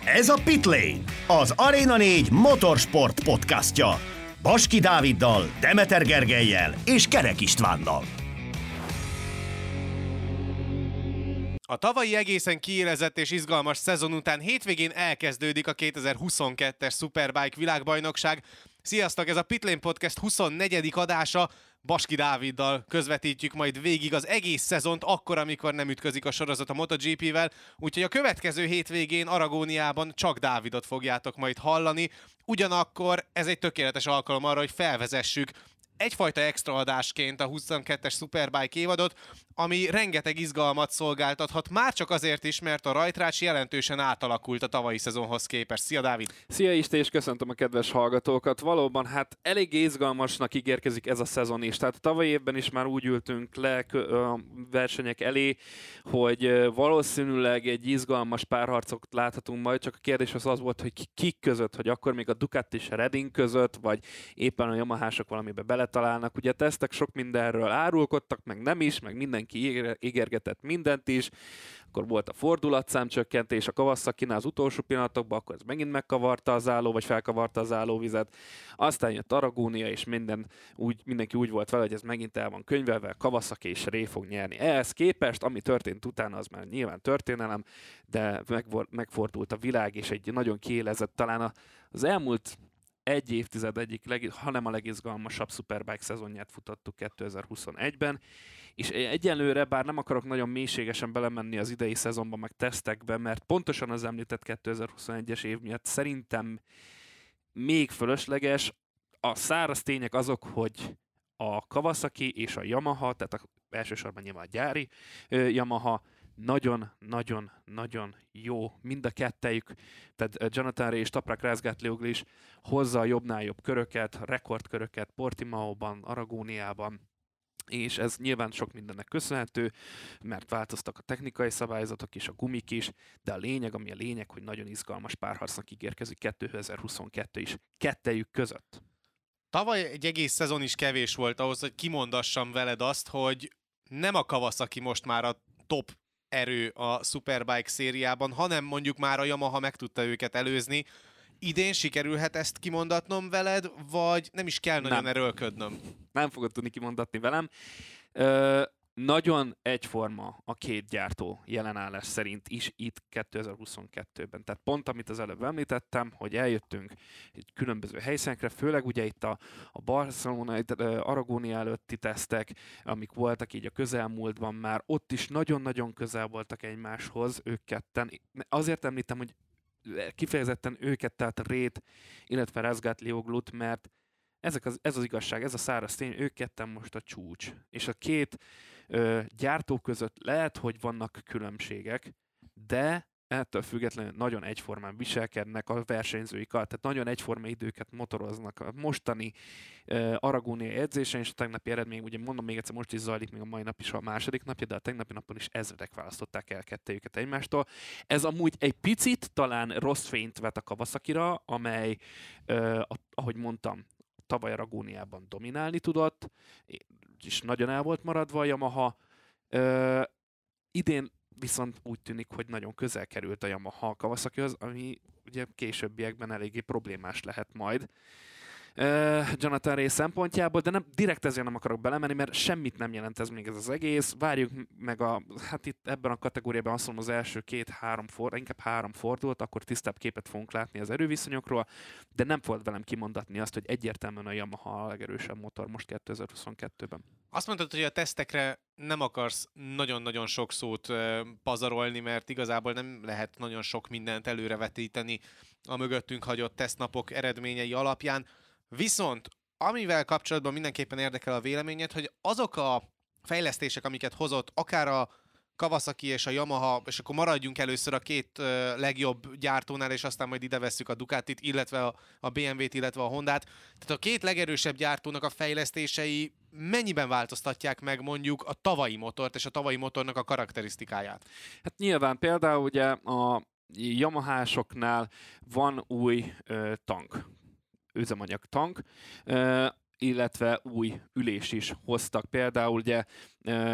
Ez a Pitlane, az Arena 4 motorsport podcastja. Baski Dáviddal, Demeter Gergellyel és Kerek Istvánnal. A tavalyi egészen kiélezett és izgalmas szezon után hétvégén elkezdődik a 2022-es Superbike világbajnokság. Sziasztok, ez a Pitlane Podcast 24. adása. Baski Dáviddal közvetítjük majd végig az egész szezont, akkor, amikor nem ütközik a sorozat a MotoGP-vel. Úgyhogy a következő hétvégén Aragóniában csak Dávidot fogjátok majd hallani. Ugyanakkor ez egy tökéletes alkalom arra, hogy felvezessük egyfajta extra adásként a 22-es Superbike évadot, ami rengeteg izgalmat szolgáltathat, már csak azért is, mert a rajtrács jelentősen átalakult a tavalyi szezonhoz képest. Szia, Dávid! Szia Isten, és köszöntöm a kedves hallgatókat. Valóban, hát elég izgalmasnak ígérkezik ez a szezon is. Tehát a tavalyi évben is már úgy ültünk le a versenyek elé, hogy valószínűleg egy izgalmas párharcot láthatunk majd, csak a kérdés az volt, hogy kik között, hogy akkor még a Ducati és a Redding között, vagy éppen a Yamahások valamibe beletalálnak. Ugye tesztek sok mindenről árulkodtak, meg nem is, meg mindenki ígérgetett mindent is, akkor volt a fordulatszámcsökkentés a Kawasakinál az utolsó pillanatokban, akkor ez megint megkavarta az álló, vagy felkavarta az állóvizet. Aztán jött Aragónia, és mindenki úgy volt vele, hogy ez megint el van könyvelve, Kawasaki és Ré fog nyerni. Ehhez képest, ami történt utána, az már nyilván történelem, de megfordult a világ, és egy nagyon kiélezett, talán az elmúlt egy évtized egyik, hanem a legizgalmasabb Superbike szezonját futottuk 2021-ben, és egyenlőre, bár nem akarok nagyon mélységesen belemenni az idei szezonban, meg tesztekbe, mert pontosan az említett 2021-es év miatt szerintem még fölösleges. A száraz tények azok, hogy a Kawasaki és a Yamaha, tehát elsősorban nyilván a gyári Yamaha, nagyon-nagyon jó, mind a kettejük, tehát Jonathan Rea és Toprak Razgatlioglu is hozza a jobbnál jobb köröket, rekordköröket Portimaóban, Aragóniában, és ez nyilván sok mindennek köszönhető, mert változtak a technikai szabályzatok és a gumik is, de a lényeg, hogy nagyon izgalmas párharcnak ígérkezik 2022 is kettejük között. Tavaly egy egész szezon is kevés volt ahhoz, hogy kimondassam veled azt, hogy nem a Kawasaki most már a top erő a Superbike szériában, hanem mondjuk már a Yamaha meg tudta őket előzni. Idén sikerülhet ezt kimondatnom veled, vagy nem is kell nagyon erőlködnöm? Nem fogod tudni kimondatni velem. Nagyon egyforma a két gyártó jelenállás szerint is itt 2022-ben. Tehát pont, amit az előbb említettem, hogy eljöttünk egy különböző helyszínekre, főleg ugye itt a Barcelona, Aragónia előtti tesztek, amik voltak így a közelmúltban már, ott is nagyon-nagyon közel voltak egymáshoz ők ketten. Azért említem, hogy kifejezetten őket, tehát Rét, illetve Razgatlioglut, mert ez az igazság, ez a száraz tény, ők ketten most a csúcs. És a két gyártó között lehet, hogy vannak különbségek, de ettől függetlenül nagyon egyformán viselkednek a versenyzőikkal, tehát nagyon egyforma időket motoroznak. A mostani Aragónia edzésen és a tegnapi eredmény, ugye mondom még egyszer, most is zajlik még a mai nap is a második napja, de a tegnapi napon is ezredek választották el kettejüket egymástól. Ez amúgy egy picit talán rossz fényt vet a Kawasakira, amely, ahogy mondtam, tavaly Aragóniában dominálni tudott, és nagyon el volt maradva a Yamaha. Idén viszont úgy tűnik, hogy nagyon közel került a Yamaha a Kawasakihoz, ami ugye későbbiekben eléggé problémás lehet majd Jonathan Rea szempontjából, de nem, direkt ezért nem akarok belemenni, mert semmit nem jelent ez még ez az egész. Várjuk meg hát itt ebben a kategóriában azt mondom az első inkább három fordulat, akkor tisztább képet fogunk látni az erőviszonyokról, de nem volt velem kimondatni azt, hogy egyértelműen a Yamaha a legerősebb motor most 2022-ben. Azt mondtad, hogy a tesztekre nem akarsz nagyon-nagyon sok szót pazarolni, mert igazából nem lehet nagyon sok mindent előrevetíteni a mögöttünk hagyott tesztnapok eredményei alapján. Viszont amivel kapcsolatban mindenképpen érdekel a véleményed, hogy azok a fejlesztések, amiket hozott akár a Kawasaki és a Yamaha, és akkor maradjunk először a két legjobb gyártónál, és aztán majd ide vesszük a Ducatit, illetve a BMW-t, illetve a Hondát. Tehát a két legerősebb gyártónak a fejlesztései mennyiben változtatják meg mondjuk a tavalyi motort és a tavalyi motornak a karakterisztikáját? Hát nyilván például ugye a Yamahásoknál van új tank, üzemanyag tank, illetve új ülés is hoztak. Például ugye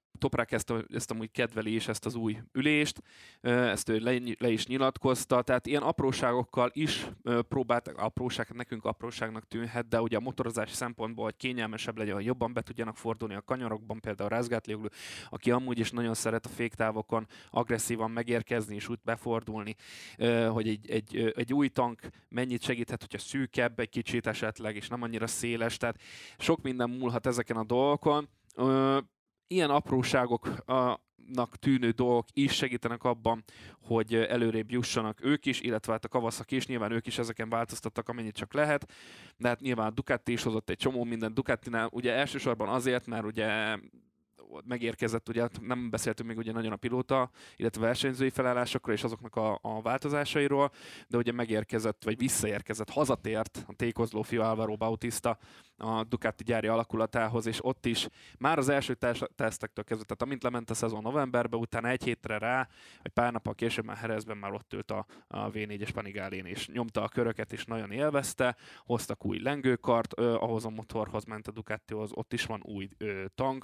Toprak ezt amúgy kedveli is, ezt az új ülést, ezt ő le is nyilatkozta, tehát ilyen apróságokkal is próbáltak, apróság nekünk apróságnak tűnhet, de ugye a motorozási szempontból, hogy kényelmesebb legyen, hogy jobban be tudjanak fordulni a kanyarokban, például Razgatlioglu, aki amúgy is nagyon szeret a féktávokon agresszívan megérkezni és úgy befordulni, hogy egy új tank mennyit segíthet, hogyha szűkebb egy kicsit esetleg, és nem annyira széles, tehát sok minden múlhat ezeken a dolgokon. Ilyen apróságoknak tűnő dolgok is segítenek abban, hogy előrébb jussanak ők is, illetve hát a Kawasaki is, nyilván ők is ezeken változtattak, amennyit csak lehet, de hát nyilván a Ducati is hozott egy csomó mindent Ducatinál, ugye elsősorban azért, mert ugye megérkezett, ugye nem beszéltünk még ugye nagyon a pilóta, illetve versenyzői felállásokról és azoknak a változásairól, de ugye megérkezett, vagy visszaérkezett, hazatért a tékozló fiú Álvaro Bautista a Ducati gyári alakulatához, és ott is már az első tesztektől kezdve, tehát amint lement a szezon novemberbe, utána egy hétre rá, vagy pár nappal később már Jerezben már ott ült a V4-es Panigálén, és nyomta a köröket, és nagyon élvezte, hoztak új lengőkart, ahhoz a motorhoz ment a Ducatihoz, ott is van új tank,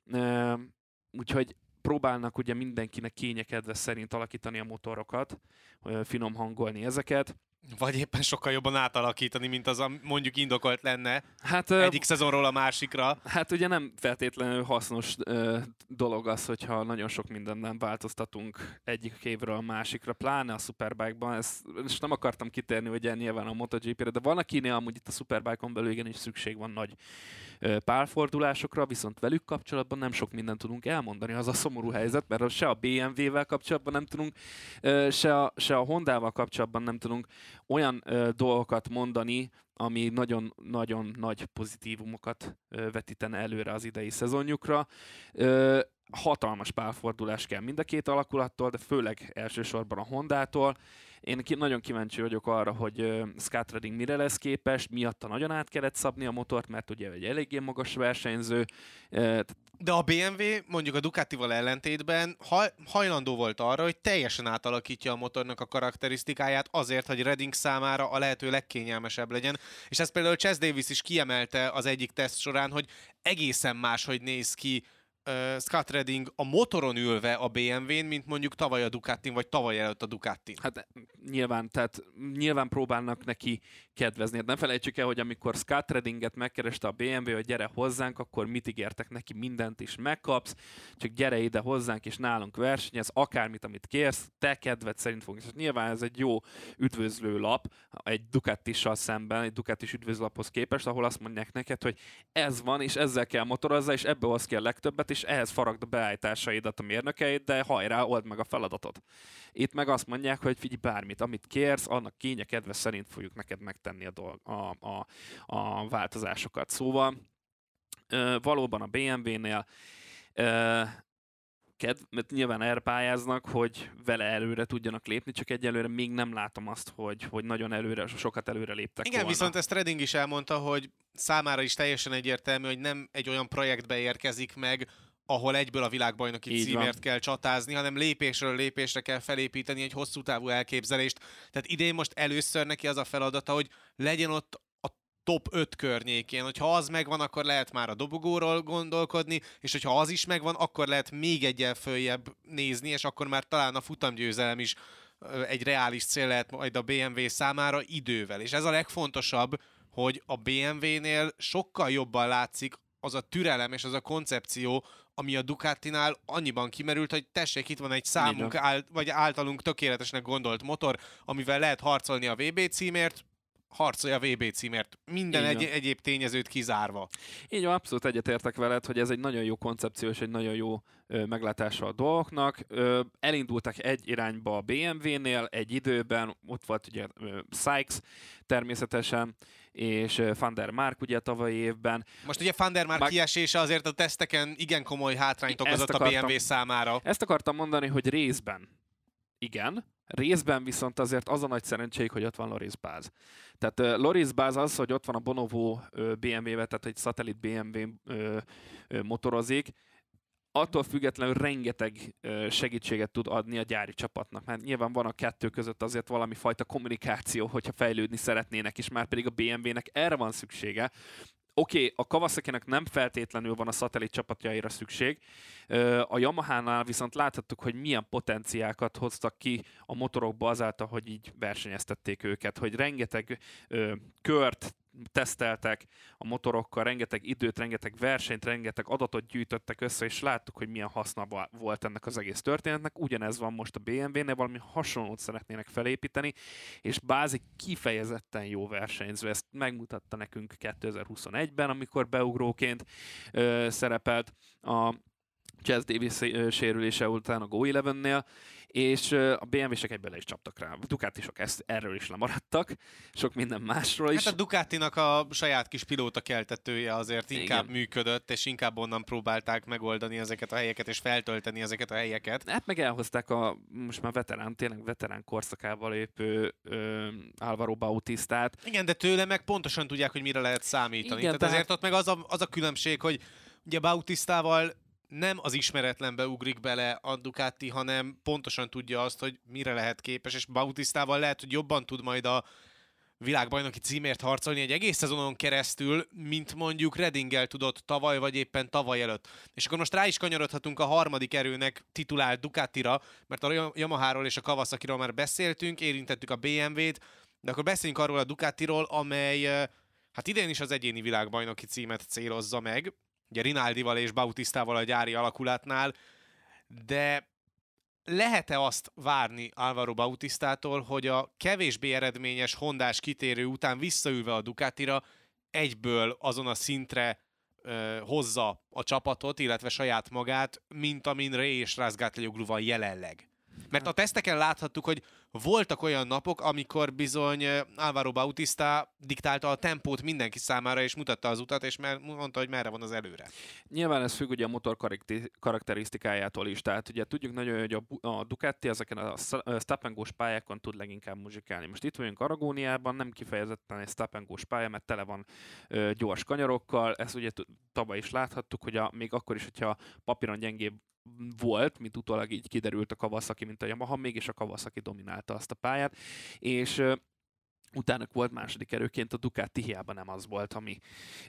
úgyhogy próbálnak ugye mindenkinek kényekedve szerint alakítani a motorokat, finom hangolni ezeket. Vagy éppen sokkal jobban átalakítani, mint az mondjuk indokolt lenne hát, egyik szezonról a másikra. Hát ugye nem feltétlenül hasznos dolog az, hogyha nagyon sok mindenen változtatunk egyik évről a másikra, pláne a Superbike-ban. És nem akartam kitérni ugye nyilván a MotoGP-re, de van akinél amúgy itt a Superbike-on belül igenis szükség van nagy pálfordulásokra, viszont velük kapcsolatban nem sok mindent tudunk elmondani, az a szomorú helyzet, mert se a BMW-vel kapcsolatban nem tudunk, se a Hondával kapcsolatban nem tudunk olyan dolgokat mondani, ami nagyon-nagyon nagy pozitívumokat vetítene előre az idei szezonjukra. Hatalmas pálfordulás kell mind a két alakulattól, de főleg elsősorban a Hondától. Én nagyon kíváncsi vagyok arra, hogy Scott Redding mire lesz képes, miatta nagyon át kellett szabni a motort, mert ugye egy eléggé magas versenyző. De a BMW mondjuk a Ducatival ellentétben hajlandó volt arra, hogy teljesen átalakítja a motornak a karakterisztikáját azért, hogy Redding számára a lehető legkényelmesebb legyen. És ezt például Chase Davis is kiemelte az egyik teszt során, hogy egészen máshogy néz ki Scott Redding a motoron ülve a BMW-n, mint mondjuk tavaly a Ducatin, vagy tavaly előtt a Ducatin. Hát nyilván próbálnak neki kedvezni. Hát nem felejtsük el, hogy amikor Scott Reddinget megkereste a BMW, hogy gyere hozzánk, akkor mit ígértek neki, mindent is megkapsz, csak gyere ide hozzánk, és nálunk versenyez, akármit, amit kérsz, te kedved szerint fogsz. És nyilván ez egy jó üdvözlő lap egy Ducatissal szemben, egy Ducatis üdvözlaphoz képest, ahol azt mondják neked, hogy ez van, és ezzel kell motorozni, és ebből hoz ki a legtöbbet, és ehhez faragd a beállításaidat, a mérnökeid, de hajrá, old meg a feladatot. Itt meg azt mondják, hogy figyelj, bármit, amit kérsz, annak kénye kedve szerint fogjuk neked megtenni a változásokat. Szóval valóban a BMW-nél mert nyilván erre pályáznak, hogy vele előre tudjanak lépni, csak egyelőre még nem látom azt, hogy nagyon sokat előre léptek Igen, volna. viszont ezt Redding is elmondta, hogy számára is teljesen egyértelmű, hogy nem egy olyan projektbe érkezik meg, ahol egyből a világbajnoki címért kell csatázni, hanem lépésről lépésre kell felépíteni egy hosszú távú elképzelést. Tehát idén most először neki az a feladata, hogy legyen ott a top 5 környékén. Hogyha az megvan, akkor lehet már a dobogóról gondolkodni, és hogyha az is megvan, akkor lehet még egyel följebb nézni, és akkor már talán a futamgyőzelem is egy reális cél lehet majd a BMW számára idővel. És ez a legfontosabb, hogy a BMW-nél sokkal jobban látszik az a türelem és az a koncepció, ami a Ducatinál annyiban kimerült, hogy tessék, itt van egy számunk, vagy általunk tökéletesnek gondolt motor, amivel lehet harcolni a VB címért, harcolja a VB címért, minden egyéb tényezőt kizárva. Így van, abszolút egyetértek veled, hogy ez egy nagyon jó koncepció és egy nagyon jó meglátása a dolgoknak. Elindultak egy irányba a BMW-nél egy időben, ott volt ugye Sykes természetesen, és Van der Mark ugye tavalyi évben. Most ugye Van der Mark kiesése azért a teszteken igen komoly hátrányt okozott a BMW számára. Ezt akartam mondani, hogy részben igen, részben viszont azért az a nagy szerencséjük, hogy ott van Loris Baz. Tehát Loris Baz az, hogy ott van a Bonovo BMW-vel, tehát egy szatellit BMW motorozik, attól függetlenül rengeteg segítséget tud adni a gyári csapatnak, mert nyilván van a kettő között azért valami fajta kommunikáció, hogyha fejlődni szeretnének, és már pedig a BMW-nek erre van szüksége. Oké, a Kawasaki-nek nem feltétlenül van a szatellit csapatjaira szükség. A Yamahánál viszont láthattuk, hogy milyen potenciákat hoztak ki a motorokba azáltal, hogy így versenyeztették őket, hogy rengeteg kört teszteltek a motorokkal, rengeteg időt, rengeteg versenyt, rengeteg adatot gyűjtöttek össze, és láttuk, hogy milyen haszna volt ennek az egész történetnek. Ugyanez van most a BMW-nél, valami hasonlót szeretnének felépíteni, és Bázi kifejezetten jó versenyző. Ezt megmutatta nekünk 2021-ben, amikor beugróként szerepelt a Chaz Davis sérülése után a Go11-nél, és a BMW-sek egyből is csaptak rá. A Ducatisok erről is lemaradtak, sok minden másról is. Hát a Ducatinak a saját kis pilóta keltetője azért inkább működött, és inkább onnan próbálták megoldani ezeket a helyeket, és feltölteni ezeket a helyeket. Hát meg elhozták a most már tényleg veterán korszakával lépő Álvaro Bautistát. Igen, de tőle meg pontosan tudják, hogy mire lehet számítani. Igen, tehát ezért ott meg az a különbség, hogy ugye Bautistával nem az ismeretlenbe ugrik bele a Ducati, hanem pontosan tudja azt, hogy mire lehet képes, és Bautistával lehet, hogy jobban tud majd a világbajnoki címért harcolni egy egész szezonon keresztül, mint mondjuk Reddinggel tudott tavaly, vagy éppen tavaly előtt. És akkor most rá is kanyarodhatunk a harmadik erőnek titulált Ducatira, mert a Yamaháról és a Kawasakiról már beszéltünk, érintettük a BMW-t, de akkor beszéljünk arról a Ducatiról, amely hát idén is az egyéni világbajnoki címet célozza meg, ugye Rinaldival és Bautistával a gyári alakulatnál, de lehet-e azt várni Álvaro Bautistától, hogy a kevésbé eredményes hondás kitérő után visszaülve a Ducatira egyből azon a szintre hozza a csapatot, illetve saját magát, mint amin Ray és Razgatlioglu van jelenleg? Mert a teszteken láthattuk, hogy voltak olyan napok, amikor bizony Álvaro Bautista diktálta a tempót mindenki számára, és mutatta az utat, és mondta, hogy merre van az előre. Nyilván ez függ ugye a motor karakterisztikájától is. Tehát ugye tudjuk nagyon, hogy a Ducati ezeken a stop-and-go-s pályákon tud leginkább muzsikálni. Most itt vagyunk Aragóniában, nem kifejezetten egy stop-and-go-s pálya, mert tele van gyors kanyarokkal. Ezt ugye tavaly is láthattuk, hogy még akkor is, hogyha papíron gyengébb volt, mint utólag így kiderült a Kawasaki, mint a Yamaha, mégis a Kawasaki dominálta azt a pályát, és utána volt második erőként a Ducati, hiába nem az volt, ami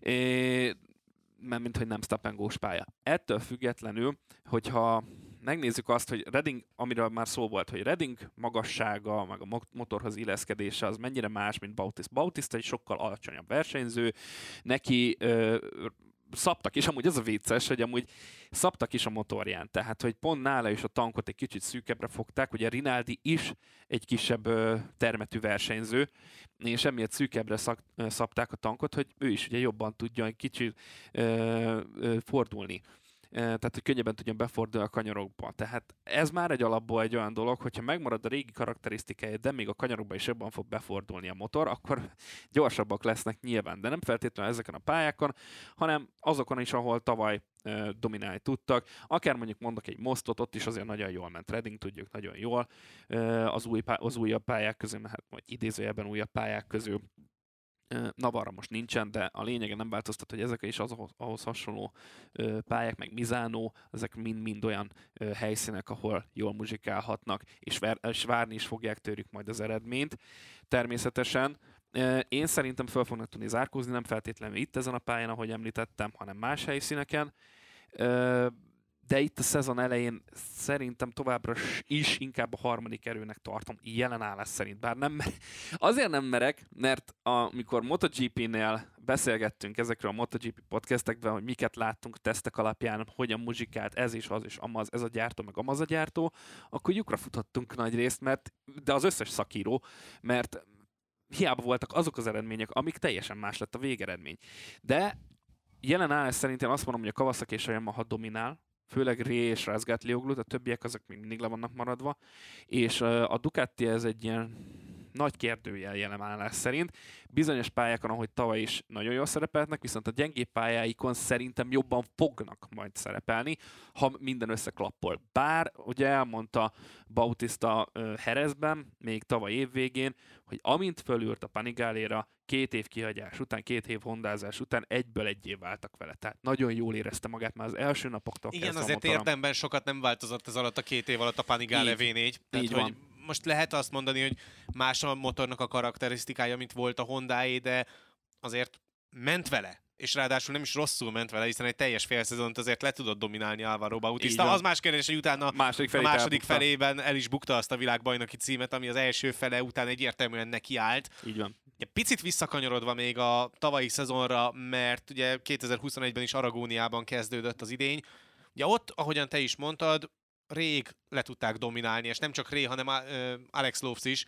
mint hogy nem stop and go-s pálya. Ettől függetlenül, hogyha megnézzük azt, hogy Redding, amiről már szó volt, hogy Redding magassága, meg a motorhoz illeszkedése az mennyire más, mint Bautista. Bautista egy sokkal alacsonyabb versenyző, neki szabtak is, amúgy az a vicces, hogy amúgy szabtak is a motorján, tehát hogy pont nála is a tankot egy kicsit szűkebbre fogták, ugye Rinaldi is egy kisebb termetű versenyző, és emiatt szűkebbre szabták a tankot, hogy ő is ugye jobban tudjon egy kicsit fordulni. Tehát, hogy könnyebben tudjon befordulni a kanyarokba. Tehát ez már egy alapból egy olyan dolog, hogyha megmarad a régi karakterisztikája, de még a kanyarokba is jobban fog befordulni a motor, akkor gyorsabbak lesznek nyilván, de nem feltétlenül ezeken a pályákon, hanem azokon is, ahol tavaly dominálni tudtak. Akár mondjuk mondok egy Mostot, ott is azért nagyon jól ment Redding, tudjuk nagyon jól az újabb pályák közül, hát majd idézőjelben újabb pályák közül. Navarra most nincsen, de a lényege nem változtat, hogy ezek is ahhoz hasonló pályák, meg Misano, ezek mind-mind olyan helyszínek, ahol jól muzsikálhatnak, és várni is fogják tőlük majd az eredményt. Természetesen én szerintem fel fognak tudni zárkózni, nem feltétlenül itt ezen a pályán, ahogy említettem, hanem más helyszíneken. De itt a szezon elején szerintem továbbra is inkább a harmadik erőnek tartom, jelen állás szerint. Bár azért nem merek, mert amikor MotoGP-nél beszélgettünk ezekről a MotoGP podcastekben, hogy miket láttunk tesztek alapján, hogyan muzsikált ez is, az is, amaz, ez a gyártó, meg amaz a gyártó, akkor lyukra futottunk nagy részt, de az összes szakíró, mert hiába voltak azok az eredmények, amik teljesen más lett a végeredmény. De jelen állás szerint én azt mondom, hogy a Kawasaki és a Yamaha dominál, főleg Ray és Razgatlioglu, a többiek azok még mindig le vannak maradva, és a Ducati ez egy ilyen nagy kérdőjel jelen állás szerint. Bizonyos pályákon, ahogy tavaly is nagyon jól szerepelnek, viszont a gyengébb pályáikon szerintem jobban fognak majd szerepelni, ha minden összeklappol. Bár, ugye elmondta Bautista Jerezben, még tavaly évvégén, hogy amint fölült a Panigale-ra, 2 év kihagyás után, 2 év hondázás után egyből egy év váltak vele. Tehát nagyon jól érezte magát már az első napoktól kezdve. Igen, azért érdemben sokat nem változott ez alatt a 2 év alatt a Panigale V4. Tehát, így van. hogy most lehet azt mondani, hogy más a motornak a karakterisztikája, mint volt a Hondáé, de azért ment vele és ráadásul nem is rosszul ment vele, hiszen egy teljes félszezont azért le tudott dominálni Álvaro Bautista. Az más kérdés, hogy utána a második felében el is bukta azt a világbajnoki címet, ami az első fele után egyértelműen neki állt. Így van. Picit visszakanyarodva még a tavalyi szezonra, mert ugye 2021-ben is Aragóniában kezdődött az idény. Ugye ott, ahogyan te is mondtad, rég le tudták dominálni, és nem csak Ré, hanem Alex Lopes is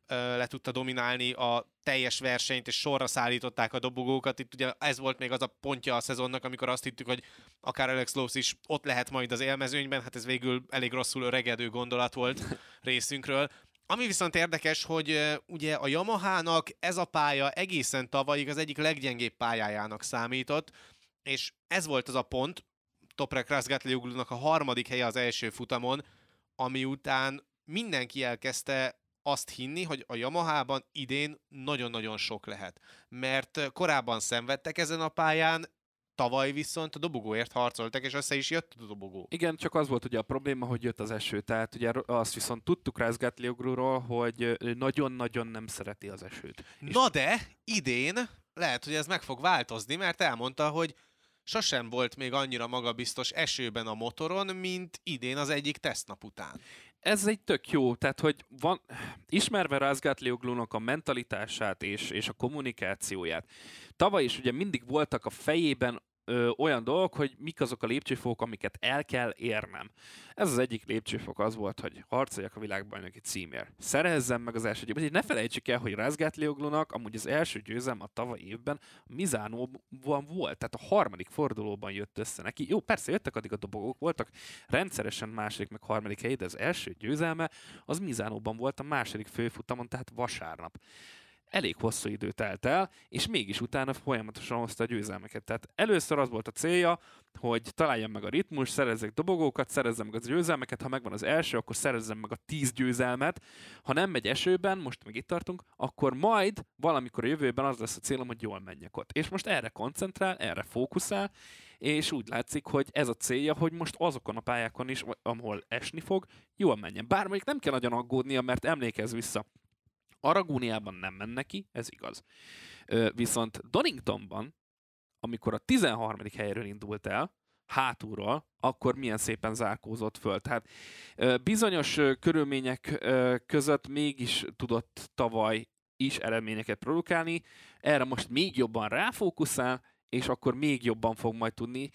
le tudta dominálni a teljes versenyt, és sorra szállították a dobogókat. Itt ugye ez volt még az a pontja a szezonnak, amikor azt hittük, hogy akár Alex Lopes is ott lehet majd az élmezőnyben, hát ez végül elég rosszul öregedő gondolat volt részünkről. Ami viszont érdekes, hogy ugye a Yamahának ez a pálya egészen tavalyig az egyik leggyengébb pályájának számított, és ez volt az a pont, Toprak Razgatlioglunak a 3. helye az első futamon, ami után mindenki elkezdte azt hinni, hogy a Yamahában idén nagyon-nagyon sok lehet. Mert korábban szenvedtek ezen a pályán, tavaly viszont a dobogóért harcoltak, és össze is jött a dobogó. Igen, csak az volt ugye a probléma, hogy jött az eső. Tehát ugye azt viszont tudtuk Razgatliogluról, hogy nagyon-nagyon nem szereti az esőt. Na de idén lehet, hogy ez meg fog változni, mert elmondta, hogy sosem volt még annyira magabiztos esőben a motoron, mint idén az egyik tesztnap után. Ez egy tök jó, tehát hogy van, ismerve Razgatlioglunak a mentalitását és a kommunikációját. Tavaly is ugye mindig voltak a fejében olyan dolgok, hogy mik azok a lépcsőfokok, amiket el kell érnem. Ez az egyik lépcsőfok az volt, hogy harcoljak a világbajnoki címért. Szerezzem meg az első győzelmet. Ne felejtsük el, hogy Razgatlioglunak amúgy az első győzelme a tavaly évben Misánóban volt, tehát a 3. fordulóban jött össze neki. Jó, persze jöttek addig a dobogók, voltak rendszeresen második meg 3. hely, de az első győzelme az Misánóban volt a második főfutamon, tehát vasárnap. Elég hosszú idő telt el, és mégis utána folyamatosan hozta a győzelmeket. Tehát először az volt a célja, hogy találjam meg a ritmus, szerezzek dobogókat, szerezzem meg az győzelmeket, ha megvan az első, akkor szerezzem meg a 10 győzelmet. Ha nem megy esőben, most meg itt tartunk, akkor majd valamikor a jövőben az lesz a célom, hogy jól menjek ott. És most erre koncentrál, erre fókuszál, és úgy látszik, hogy ez a célja, hogy most azokon a pályákon is, ahol esni fog, jól menjen. Bár mondjuk nem kell nagyon aggódnia, mert emlékezz vissza, Aragóniában nem ment neki, ez igaz. Viszont Doningtonban, amikor a 13. helyről indult el, hátulról, akkor milyen szépen zárkózott föl. Tehát bizonyos körülmények között mégis tudott tavaly is eredményeket produkálni, erre most még jobban ráfókuszál, és akkor még jobban fog majd tudni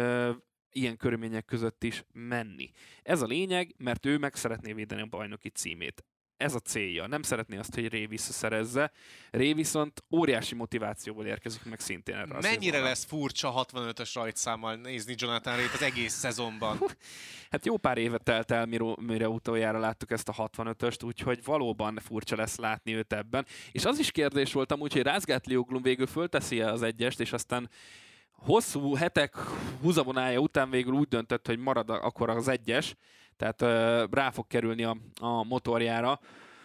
ilyen körülmények között is menni. Ez a lényeg, mert ő meg szeretné védeni a bajnoki címét. Ez a célja. Nem szeretné azt, hogy Ré visszaszerezze. Ré viszont óriási motivációval érkezik meg szintén erre a mennyire szezonra. lesz furcsa 65-ös rajtszámmal nézni Jonathan Rayt az egész szezonban? Hát jó pár évet telt el, mire utoljára láttuk ezt a 65-öst, úgyhogy valóban furcsa lesz látni őt ebben. És az is kérdés volt amúgy, hogy Razgatlioglu végül fölteszi-e az egyest, és aztán hosszú hetek húzavonája után végül úgy döntött, hogy marad akkor az egyes, tehát rá fog kerülni a motorjára,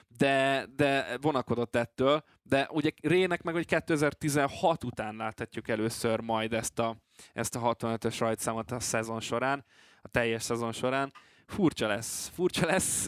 de vonakodott ettől. De ugye Rének meg, hogy 2016 után láthatjuk először majd ezt a 65-ös rajtszámot a szezon során, a teljes szezon során. Furcsa lesz,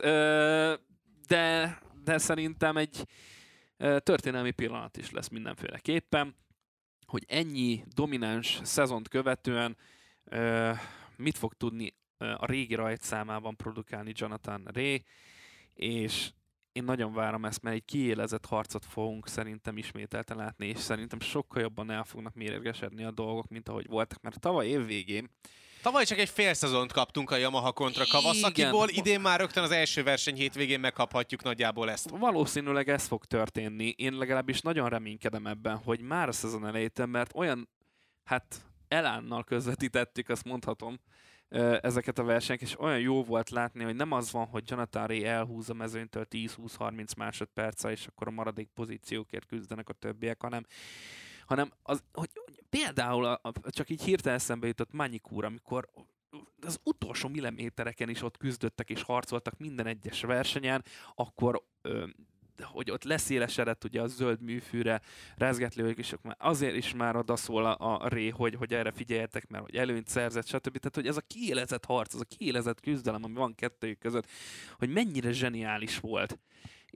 de szerintem egy történelmi pillanat is lesz mindenféleképpen, hogy ennyi domináns szezont követően mit fog tudni a régi rajtszámában produkálni Jonathan Ray, és én nagyon várom ezt, mert egy kiélezett harcot fogunk szerintem ismételten látni, és szerintem sokkal jobban el fognak mérgesedni a dolgok, mint ahogy voltak, mert tavaly év végén Tavaly csak egy fél szezont kaptunk a Yamaha kontra Kawasakiból, idén már rögtön az első verseny hétvégén megkaphatjuk nagyjából ezt. Valószínűleg ez fog történni. Én legalábbis nagyon reménykedem ebben, hogy már a szezon elején, mert olyan, elánnal közvetítettük, azt mondhatom, ezeket a versenyek, és olyan jó volt látni, hogy nem az van, hogy Jonathan Ray elhúz a mezőnytől 10-20-30 másodperccel, és akkor a maradék pozíciókért küzdenek a többiek, hanem az, hogy például csak így hirtelen eszembe jutott Magnyik úr, amikor az utolsó millimétereken is ott küzdöttek és harcoltak minden egyes versenyen, akkor hogy ott leszélesedett ugye a zöld műfűre, Razgatlioglu, és azért is már odaszól a Ray, hogy erre figyeljetek, mert hogy előnyt szerzett, stb. Tehát, hogy ez a kiélezett harc, az a kiélezett küzdelem, ami van kettőjük között, hogy mennyire zseniális volt.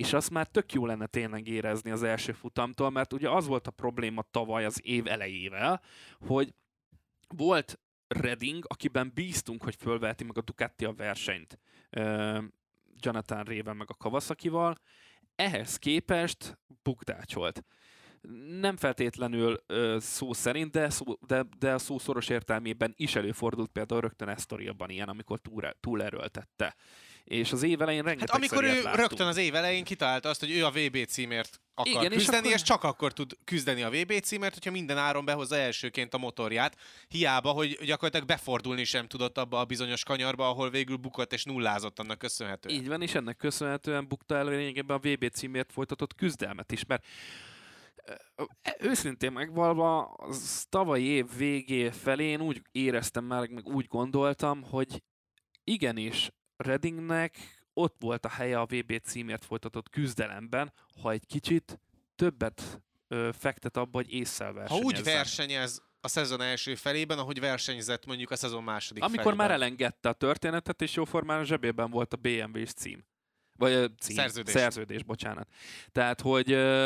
és azt már tök jó lenne tényleg érezni az első futamtól, mert ugye az volt a probléma tavaly az év elejével, hogy volt Redding, akiben bíztunk, hogy fölveheti meg a Ducati a versenyt Jonathan Rea-vel meg a Kawasakival, ehhez képest bukdácsolt. Nem feltétlenül szó szerint, de a szó szoros értelmében is előfordult például rögtön Estoril-ban ilyen, amikor túlerőltette. És az év elején rengeteg amikor ő láttunk. rögtön az év elején kitalálta azt, hogy ő a VB címért akar küzdeni, és csak akkor tud küzdeni a VB címért, hogyha minden áron behozza elsőként a motorját. Hiába, hogy gyakorlatilag befordulni sem tudott abba a bizonyos kanyarba, ahol végül bukott és nullázott annak köszönhetően. Így van, és ennek köszönhetően bukta el lényegében a VB címért folytatott küzdelmet is, mert őszintén megvalva, az tavalyi év végé felén úgy éreztem már, meg úgy gondoltam, hogy igenis Reddingnek ott volt a helye a VB címért folytatott küzdelemben, ha egy kicsit többet fektet abba, hogy ésszel versenyezzen. Ha úgy versenyez a szezon első felében, ahogy versenyzett mondjuk a szezon második amikor felében. már elengedte a történetet, és jóformán a zsebében volt a BMW-s cím. Vagy szerződés, bocsánat. Tehát, hogy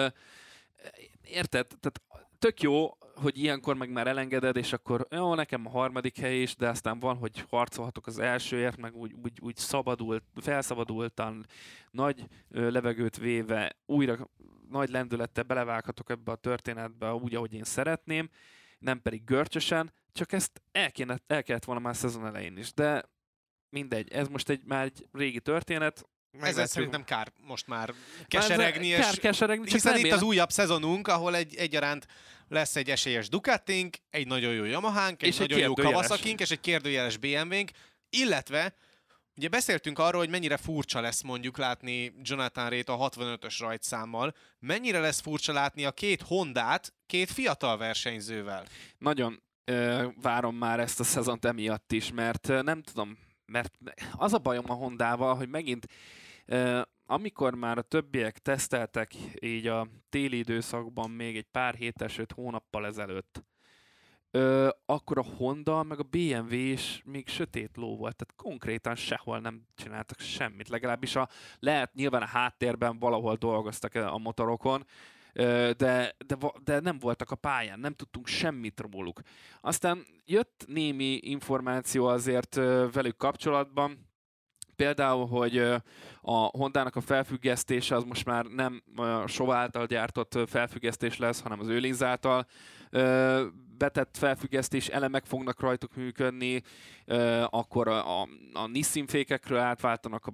érted? Tehát tök jó, hogy ilyenkor meg már elengeded, és akkor jó, nekem a harmadik hely is, de aztán van, hogy harcolhatok az elsőért, meg úgy felszabadultan, nagy levegőt véve, újra nagy lendülettel belevághatok ebbe a történetbe úgy, ahogy én szeretném, nem pedig görcsösen, csak ezt el kellett volna már szezon elején is, de mindegy, ez most már egy régi történet. Ezzel szerintem kár most már keseregni, keseregni, hiszen itt az újabb szezonunk, ahol egyaránt lesz egy esélyes Ducatink, egy nagyon jó Yamahánk, egy nagyon jó Kawasakink, és egy kérdőjeles BMW-nk, illetve ugye beszéltünk arról, hogy mennyire furcsa lesz mondjuk látni Jonathan Rea-t a 65-ös rajtszámmal, mennyire lesz furcsa látni a két Hondát, két fiatal versenyzővel. Nagyon várom már ezt a szezont emiatt is, mert nem tudom, mert az a bajom a Hondával, hogy megint amikor már a többiek teszteltek így a téli időszakban még egy pár héttel, sőt hónappal ezelőtt, akkor a Honda meg a BMW is még sötét ló volt, tehát konkrétan sehol nem csináltak semmit, legalábbis lehet nyilván a háttérben valahol dolgoztak a motorokon, de nem voltak a pályán, nem tudtunk semmit róluk. Aztán jött némi információ azért velük kapcsolatban, például, hogy a Hondának a felfüggesztése az most már nem a SOV által gyártott felfüggesztés lesz, hanem az Öhlins által betett felfüggesztés elemek fognak rajtuk működni, akkor a Nissin fékekről átváltanak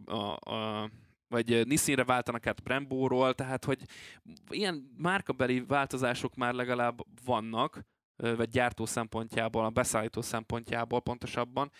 vagy Nissinre váltanak át Brembo-ról, tehát hogy ilyen márkabeli változások már legalább vannak, vagy gyártó szempontjából, a beszállító szempontjából pontosabban.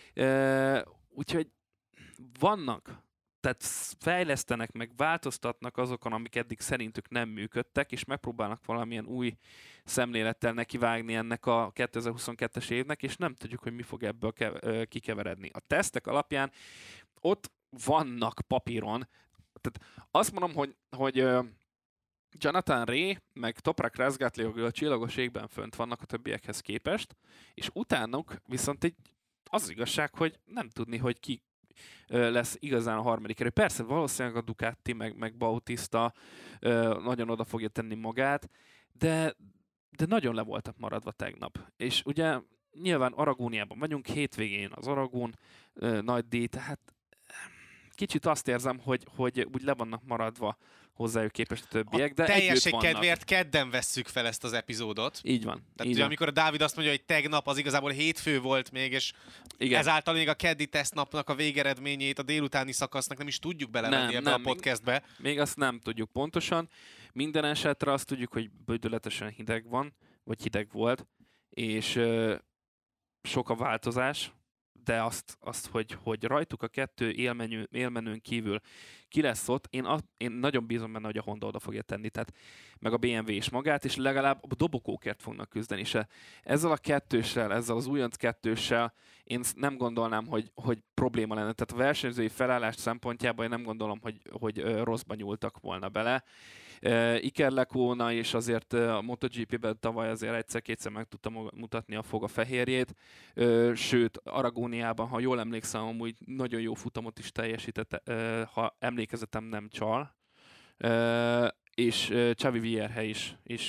Úgyhogy vannak, tehát fejlesztenek, meg változtatnak azokon, amik eddig szerintük nem működtek, és megpróbálnak valamilyen új szemlélettel nekivágni ennek a 2022-es évnek, és nem tudjuk, hogy mi fog ebből kikeveredni. A tesztek alapján ott vannak papíron, tehát azt mondom, hogy Jonathan Rea, meg Toprak Razgatliog a csillagos égben fönt vannak a többiekhez képest, és utánuk viszont az igazság, hogy nem tudni, hogy ki lesz igazán a harmadik erő. Persze, valószínűleg a Ducati, meg Bautista nagyon oda fogja tenni magát, de nagyon le voltak maradva tegnap. És ugye nyilván Aragóniában vagyunk, hétvégén az Aragón nagy díj, tehát kicsit azt érzem, hogy úgy le vannak maradva hozzájuk képest a többiek, de teljesség kedvéért kedden vesszük fel ezt az epizódot. Így van. Tehát ugye, amikor a Dávid azt mondja, hogy tegnap az igazából hétfő volt még, és igen. Ezáltal még a keddi tesztnapnak a végeredményét, a délutáni szakasznak nem is tudjuk belevenni ebbe a podcastbe. Még azt nem tudjuk pontosan. Minden esetre azt tudjuk, hogy bődöletesen hideg van, vagy hideg volt, és sok a változás, de azt hogy rajtuk a kettő élmenőn kívül ki lesz ott, én nagyon bízom benne, hogy a Honda oda fogja tenni, tehát meg a BMW is magát, és legalább a dobogókért fognak küzdeni. És ezzel a kettőssel, ezzel az újonc kettőssel én nem gondolnám, hogy probléma lenne. Tehát a versenyzői felállás szempontjából én nem gondolom, hogy rosszba nyúltak volna bele. Iker Lecuona és azért a MotoGP-ben tavaly azért egyszer-kétszer meg tudta mutatni a foga fehérjét, sőt Aragóniában, ha jól emlékszem, amúgy nagyon jó futamot is teljesített, ha emlékezetem nem csal, És Xavi Vierge is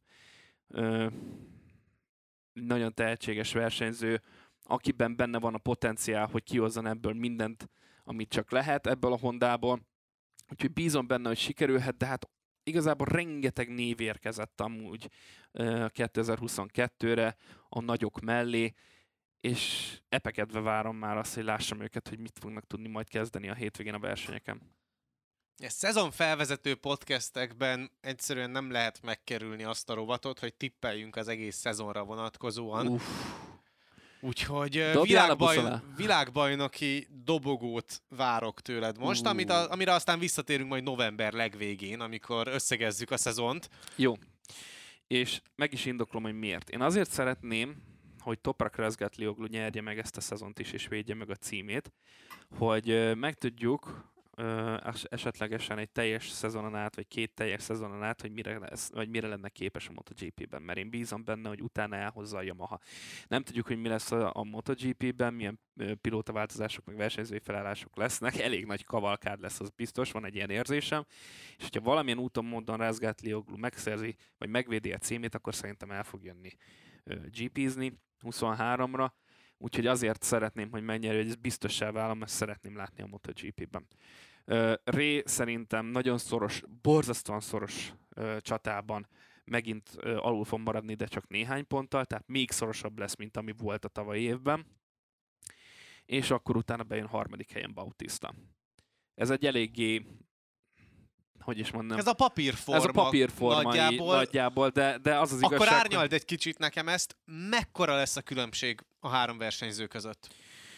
nagyon tehetséges versenyző, akiben benne van a potenciál, hogy kihozzon ebből mindent, amit csak lehet ebből a Hondából. Úgyhogy bízom benne, hogy sikerülhet, de hát igazából rengeteg név érkezett amúgy 2022-re a nagyok mellé, és epekedve várom már azt, hogy lássam őket, hogy mit fognak tudni majd kezdeni a hétvégén a versenyeken. Szezon felvezető podcastekben egyszerűen nem lehet megkerülni azt a rovatot, hogy tippeljünk az egész szezonra vonatkozóan. Úgyhogy világbajnoki dobogót várok tőled most, amire aztán visszatérünk majd november legvégén, amikor összegezzük a szezont. Jó. És meg is indoklom, hogy miért. Én azért szeretném, hogy Toprak Razgatlioglu nyerje meg ezt a szezont is, és védje meg a címét, hogy meg tudjuk esetlegesen egy teljes szezonon át, vagy 2 teljes szezonon át, hogy mire lenne képes a MotoGP-ben, mert én bízom benne, hogy utána elhozza a Yamaha. Nem tudjuk, hogy mi lesz a MotoGP-ben, milyen pilótaváltozások, meg versenyzői felállások lesznek, elég nagy kavalkád lesz, az biztos, van egy ilyen érzésem, és hogyha valamilyen úton, módon Razgatlioglu megszerzi, vagy megvédi a címét, akkor szerintem el fog jönni GP-zni 23-ra, úgyhogy azért szeretném, hogy megnyerje, hogy ez biztossá válom, mert szeretném látni a MotoGP-ben. Ré szerintem nagyon szoros, borzasztóan szoros csatában megint alul fog maradni, de csak néhány ponttal, tehát még szorosabb lesz, mint ami volt a tavalyi évben. És akkor utána bejön 3. helyen Bautista. Ez egy eléggé, hogy is mondjam. Ez a papírforma nagyjából, de az az igazság. Akkor árnyald egy kicsit nekem ezt. Mekkora lesz a különbség a 3 versenyző között?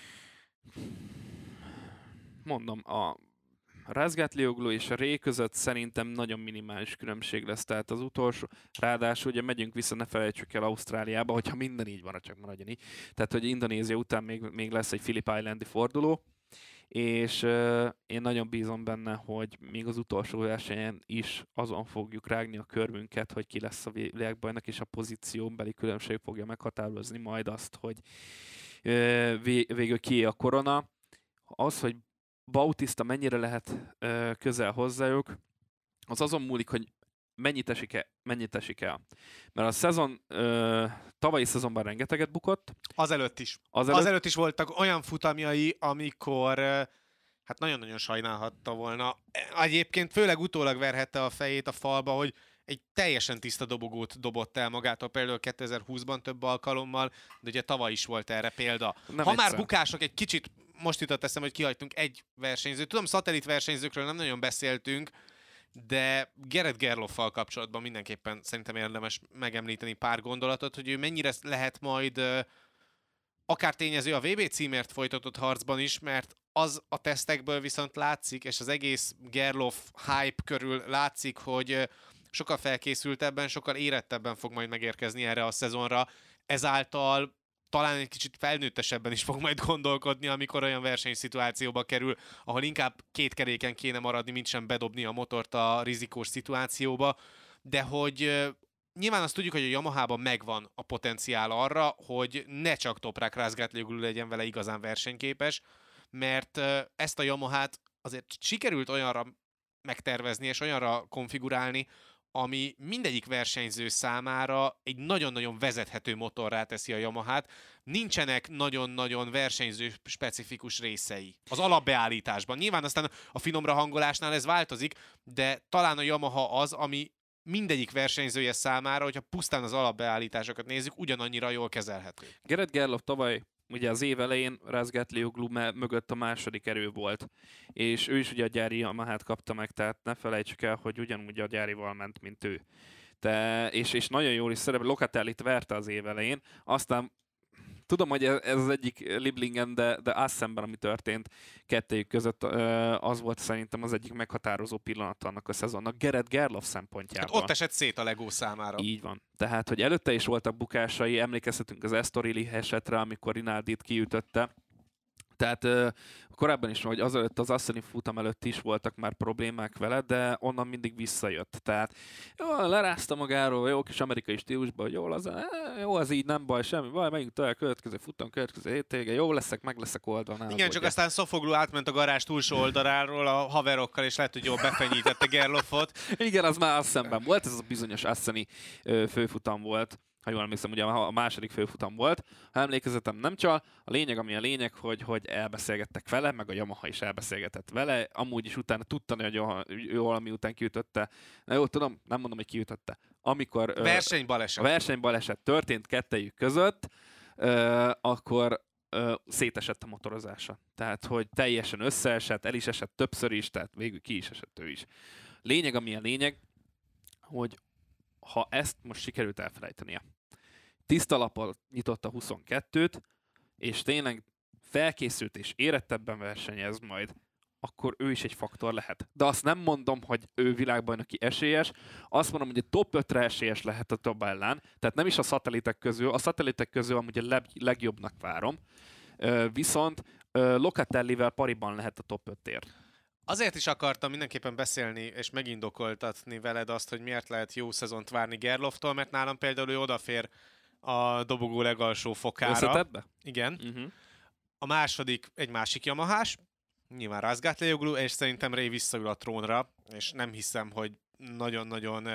Mondom, a Razgatlioglu és a Ré között szerintem nagyon minimális különbség lesz. Tehát az utolsó, ráadásul ugye megyünk vissza, ne felejtsük el Ausztráliába, hogyha minden így van, csak maradjon így. Tehát, hogy Indonézia után még lesz egy Phillip Islandi forduló, és én nagyon bízom benne, hogy még az utolsó versenyen is azon fogjuk rágni a körmünket, hogy ki lesz a világbajnok, és a pozícióbeli különbség fogja meghatározni majd azt, hogy végül kié a korona. Az, hogy Bautista mennyire lehet közel hozzájuk, az azon múlik, hogy mennyit esik el. Mert a szezon, tavalyi szezonban rengeteget bukott. Azelőtt is voltak olyan futamjai, amikor hát nagyon-nagyon sajnálhatta volna. Egyébként főleg utólag verhette a fejét a falba, hogy egy teljesen tiszta dobogót dobott el magától, például 2020-ban több alkalommal, de ugye tavaly is volt erre példa. Már bukások, egy kicsit most jutott eszembe, hogy kihagytunk egy versenyzőt. Tudom, szatellit versenyzőkről nem nagyon beszéltünk, de Gerrit Gerloffal kapcsolatban mindenképpen szerintem érdemes megemlíteni pár gondolatot, hogy ő mennyire lehet majd akár tényező a VB címért folytatott harcban is, mert az a tesztekből viszont látszik, és az egész Gerloff hype körül látszik, hogy sokkal felkészültebben, sokkal érettebben fog majd megérkezni erre a szezonra. Ezáltal talán egy kicsit felnőttesebben is fog majd gondolkodni, amikor olyan versenyszituációba kerül, ahol inkább 2 keréken kéne maradni, mint sem bedobni a motort a rizikós szituációba, de hogy nyilván azt tudjuk, hogy a Yamahában megvan a potenciál arra, hogy ne csak Toprak Razgatlioglu legyen vele igazán versenyképes, mert ezt a Yamahát azért sikerült olyanra megtervezni és olyanra konfigurálni, ami mindegyik versenyző számára egy nagyon-nagyon vezethető motorrá teszi a Yamahát. Nincsenek nagyon-nagyon versenyző specifikus részei az alapbeállításban. Nyilván aztán a finomra hangolásnál ez változik, de talán a Yamaha az, ami mindegyik versenyzője számára, hogyha pusztán az alapbeállításokat nézzük, ugyanannyira jól kezelhető. Gerrit Gerloff tavaly ugye az év elején Razgatlioglu mögött a második erő volt, és ő is ugye a gyári Yamahát kapta meg, tehát ne felejtsük el, hogy ugyanúgy a gyárival ment, mint ő. És nagyon jól is szerepel, Locatellit verte az év elején, aztán tudom, hogy ez az egyik Liblingen, de azt szemben, ami történt kettőjük között, az volt szerintem az egyik meghatározó pillanat annak a szezonnak, Gerrit Gerloff szempontjából. Hát ott esett szét a Lego számára. Így van. Tehát, hogy előtte is voltak bukásai, emlékezhetünk az Estorili esetre, amikor Rinaldit kiütötte, Tehát korábban is, vagy azelőtt az Assani futam előtt is voltak már problémák vele, de onnan mindig visszajött. Tehát jó, lerázta magáról, jó kis amerikai stílusban, hogy jó, az így nem baj, semmi baj, megyünk tovább, következő futam, következő hétvége, jó leszek, meg leszek oldalnál. Igen, csak aztán Szofogló átment a garázs túlsó oldaláról a haverokkal, és lehet, hogy jól befenyítette Gerloffot. Igen, az már azt szemben volt, ez a bizonyos Assani főfutam volt. Ha jól emlékszem, ugye a második főfutam volt. Ha emlékezetem nem csal, a lényeg, ami a lényeg, hogy elbeszélgettek vele, meg a Yamaha is elbeszélgetett vele. Amúgy is utána tudta, hogy ő valami után kiütötte. Na jó, tudom, nem mondom, hogy kiütötte. Amikor a versenybaleset történt kettejük között, akkor szétesett a motorozása. Tehát, hogy teljesen összeesett, el is esett többször is, tehát végül ki is esett ő is. Lényeg, ami a lényeg, hogy ha ezt most sikerült elfelejtenie. Tiszta lappal nyitotta 22-t, és tényleg felkészült és érettebben versenyez majd, akkor ő is egy faktor lehet. De azt nem mondom, hogy ő világbajnoki esélyes, azt mondom, hogy a top 5-re esélyes lehet a tabellán, tehát nem is a szatelitek közül amúgy a legjobbnak várom, viszont Locatellivel pariban lehet a top 5-ért. Azért is akartam mindenképpen beszélni és megindokoltatni veled azt, hogy miért lehet jó szezont várni Gerlofftól, mert nálam például ő odafér a dobogó legalsó fokára. Összetettbe? Igen. Uh-huh. A második egy másik Yamahás, nyilván Razgatlioglu, és szerintem Ray visszaül a trónra, és nem hiszem, hogy nagyon-nagyon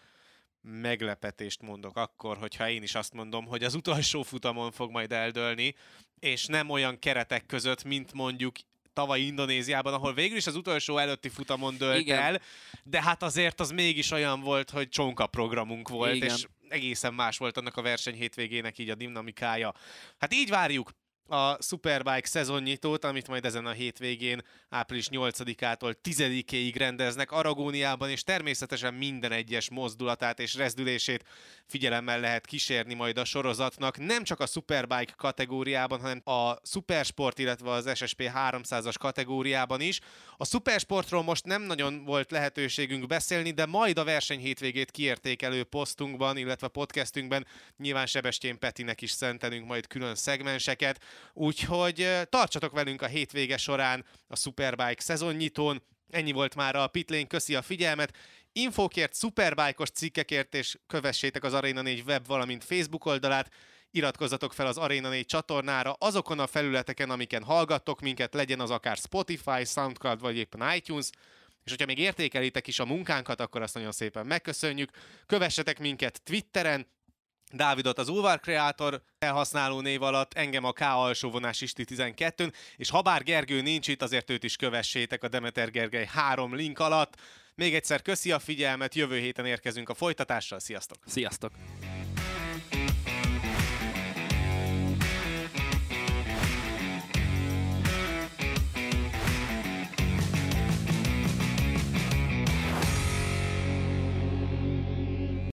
meglepetést mondok akkor, hogyha én is azt mondom, hogy az utolsó futamon fog majd eldőlni, és nem olyan keretek között, mint mondjuk tavaly Indonéziában, ahol végül is az utolsó előtti futamon dőlt el, de hát azért az mégis olyan volt, hogy csonka programunk volt, és egészen más volt annak a verseny hétvégének így a dinamikája. Hát így várjuk a Superbike szezonnyitót, amit majd ezen a hétvégén április 8-ától 10-éig rendeznek Aragóniában, és természetesen minden egyes mozdulatát és rezdülését figyelemmel lehet kísérni majd a sorozatnak, nem csak a Superbike kategóriában, hanem a Supersport, illetve az SSP 300-as kategóriában is. A Supersportról most nem nagyon volt lehetőségünk beszélni, de majd a verseny hétvégét kiértékelő posztunkban, illetve podcastünkben nyilván Sebestyén Petinek is szentelünk majd külön szegmenseket, úgyhogy tartsatok velünk a hétvége során a Superbike szezonnyitón. Ennyi volt már a Pitlane, köszi a figyelmet. Infókért, Superbike-os cikkekért, és kövessétek az Arena 4 web, valamint Facebook oldalát. Iratkozzatok fel az Arena 4 csatornára azokon a felületeken, amiken hallgattok minket, legyen az akár Spotify, Soundcloud vagy éppen iTunes. És hogyha még értékelitek is a munkánkat, akkor azt nagyon szépen megköszönjük. Kövessetek minket Twitteren, Dávidot az Ulvar Creator elhasználó név alatt, engem a K_Isti 12-n, és ha bár Gergő nincs itt, azért őt is kövessétek a Demeter Gergely 3 link alatt. Még egyszer köszi a figyelmet, jövő héten érkezünk a folytatással, sziasztok! Sziasztok!